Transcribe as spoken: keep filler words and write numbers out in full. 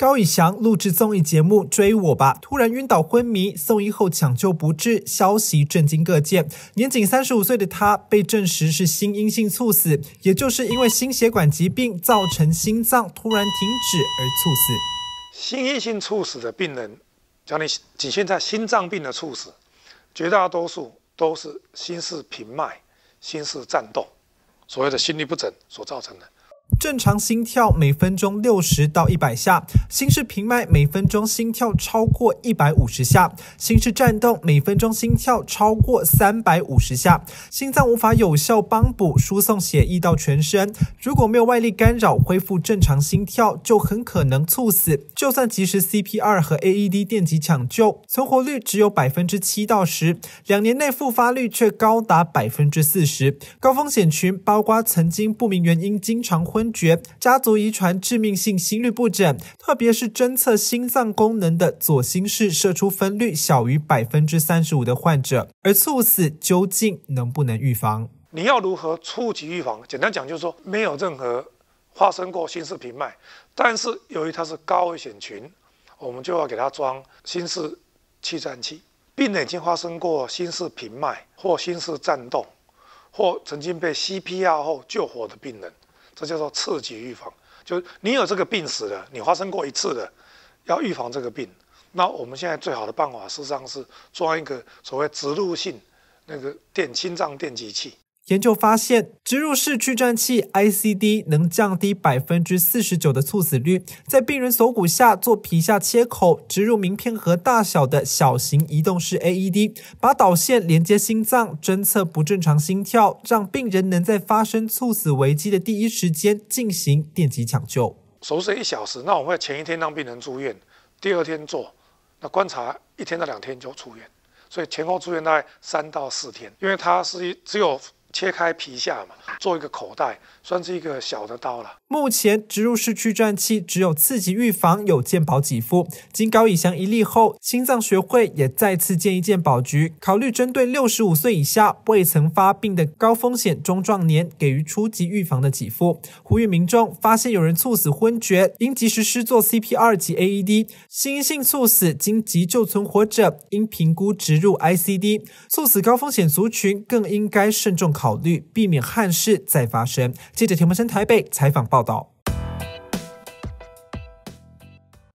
高以翔录制综艺节目《追我吧》，突然晕倒昏迷，送医后抢救不治，消息震惊各界。年仅三十五岁的他被证实是心因性猝死，也就是因为心血管疾病造成心脏突然停止而猝死。 心因性猝死的病人，假如你仅限在心脏病的猝死，绝大多数都是心室平脉、心室颤动，所谓的心律不整所造成的。 正常心跳每分钟六十到一百下，心室平脉每分钟心跳超过一百五十下，心室颤动每分钟心跳超过三百五十下，心脏无法有效帮补输送血液到全身，如果没有外力干扰恢复正常心跳，就很可能猝死。就算及时 C P R 和 A E D 电击抢救，存活率只有 百分之七到十， 两年内复发率却高达 百分之四十。 高风险群包括曾经不明原因经常昏厥、家族遗传致命性心律不整，特别是侦测心脏功能的左心室射出分率小于 百分之三十五 的患者。而猝死究竟能不能预防？ 你要如何初级预防？简单讲就是说，没有任何发生过心室平脉，但是由于它是高危险群，我们就要给他装心室气颤器。病人已经发生过心室平脉或心室颤动，或曾经被 C P R 后救活的病人，这叫做次级预防。就是你有这个病史了，你发生过一次的，要预防这个病，那我们现在最好的办法事实上是装一个所谓植入性那个电心脏电击器。 研究发现，植入式去颤器 I C D 能降低 百分之四十九 的猝死率。在病人锁骨下做皮下切口，植入名片盒大小的小型移动式 A E D， 把导线连接心脏，侦测不正常心跳，让病人能在发生猝死危机的第一时间进行电击抢救。 手术一小时，那我们会前一天让病人住院，第二天做，那观察一天到两天就出院，所以前后住院大概三到四天，因为它是只有切开皮下嘛，做一个口袋，算是一个小的刀了。 目前植入式去颤器只有次级预防有健保给付，经高以翔一例后，心脏学会也再次建议健保局考虑针对六十五岁以下未曾发病的高风险中壮年给予初级预防的给付，呼吁民众发现有人猝死昏厥，应及时施作 C P R 及 A E D， 心因性猝死经急救存活者应评估植入 I C D， 猝死高风险族群更应该慎重考虑，避免憾事再发生。记者田文生台北采访报道。